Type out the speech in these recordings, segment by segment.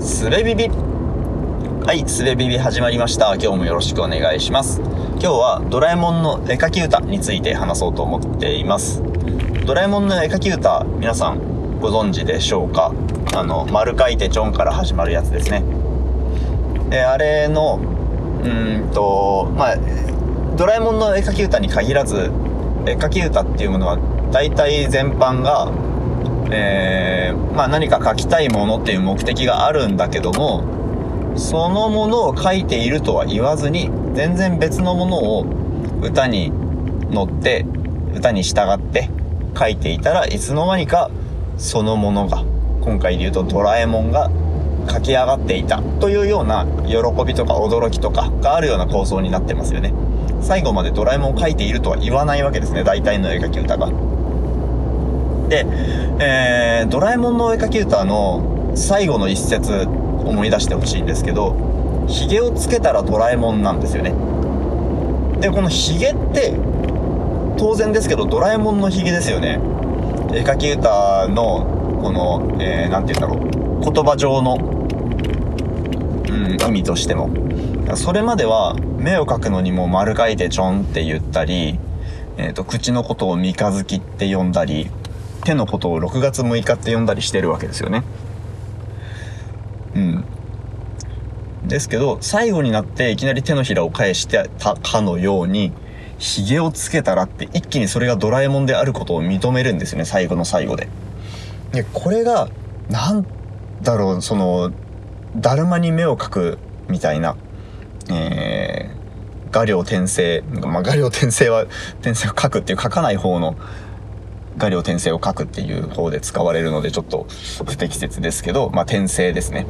すべビビ。はい、すべビビ始まりました。今日もよろしくお願いします。今日はドラえもんの絵描き歌について話そうと思っています。ドラえもんの絵描き歌、皆さんご存知でしょうか？丸書いてちょんから始まるやつですね。あれのドラえもんの絵描き歌に限らず、絵描き歌っていうものは大体全般が何か書きたいものっていう目的があるんだけども、そのものを書いているとは言わずに、全然別のものを歌に乗って歌に従って書いていたら、いつの間にかそのものが、今回で言うとドラえもんが書き上がっていたというような喜びとか驚きとかがあるような構想になってますよね。最後までドラえもんを書いているとは言わないわけですね、大体の絵描き歌が。で、ドラえもんの絵描き歌の最後の一節思い出してほしいんですけど、ヒゲをつけたらドラえもんなんですよね。で、このヒゲって当然ですけどドラえもんのヒゲですよね。絵描き歌のこの、なんて言うんだろう、言葉上の、意味としても、それまでは目を描くのにも丸描いてちょんって言ったり、口のことを三日月って呼んだり、手のことを6月6日って呼んだりしてるわけですよね。ですけど、最後になっていきなり手のひらを返してたかのように、ヒゲをつけたらって一気にそれがドラえもんであることを認めるんですよね、最後の最後で。で、これがなんだろう、そのだるまに目を描くみたいな、画量転生、画量転生は転生を描くっていう、描かない方の画量転生を描くっていう方で使われるのでちょっと不適切ですけど、転生ですね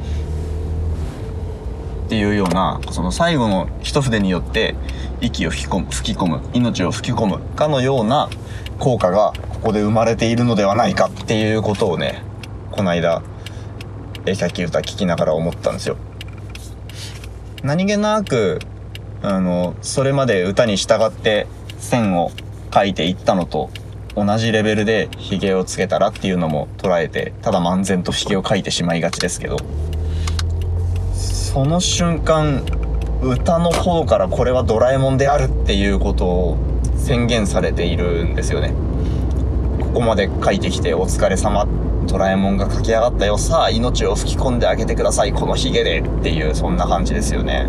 っていうような、その最後の一筆によって息を吹き込む、命を吹き込むかのような効果がここで生まれているのではないかっていうことをね、この間絵描き歌聞きながら思ったんですよ。何気なくそれまで歌に従って線を描いていったのと同じレベルでヒゲをつけたらっていうのも捉えて、ただ漫然とヒゲを描いてしまいがちですけど、その瞬間歌の方からこれはドラえもんであるっていうことを宣言されているんですよね。ここまで描いてきてお疲れ様、ドラえもんが描き上がったよ、さあ命を吹き込んであげてください、このヒゲでっていう、そんな感じですよね。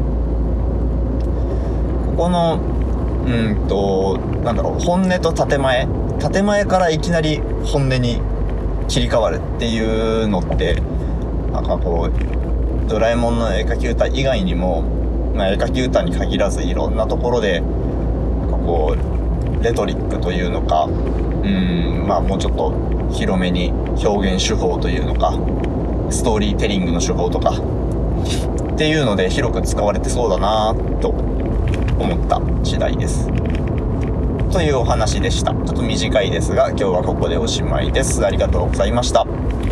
ここの本音と建前からいきなり本音に切り替わるっていうのって、なんかこうドラえもんの絵描き歌以外にも、絵描き歌に限らずいろんなところでなんかこうレトリックというのか、もうちょっと広めに表現手法というのか、ストーリーテリングの手法とかっていうので広く使われてそうだなと思った次第ですというお話でした。ちょっと短いですが今日はここでおしまいです。ありがとうございました。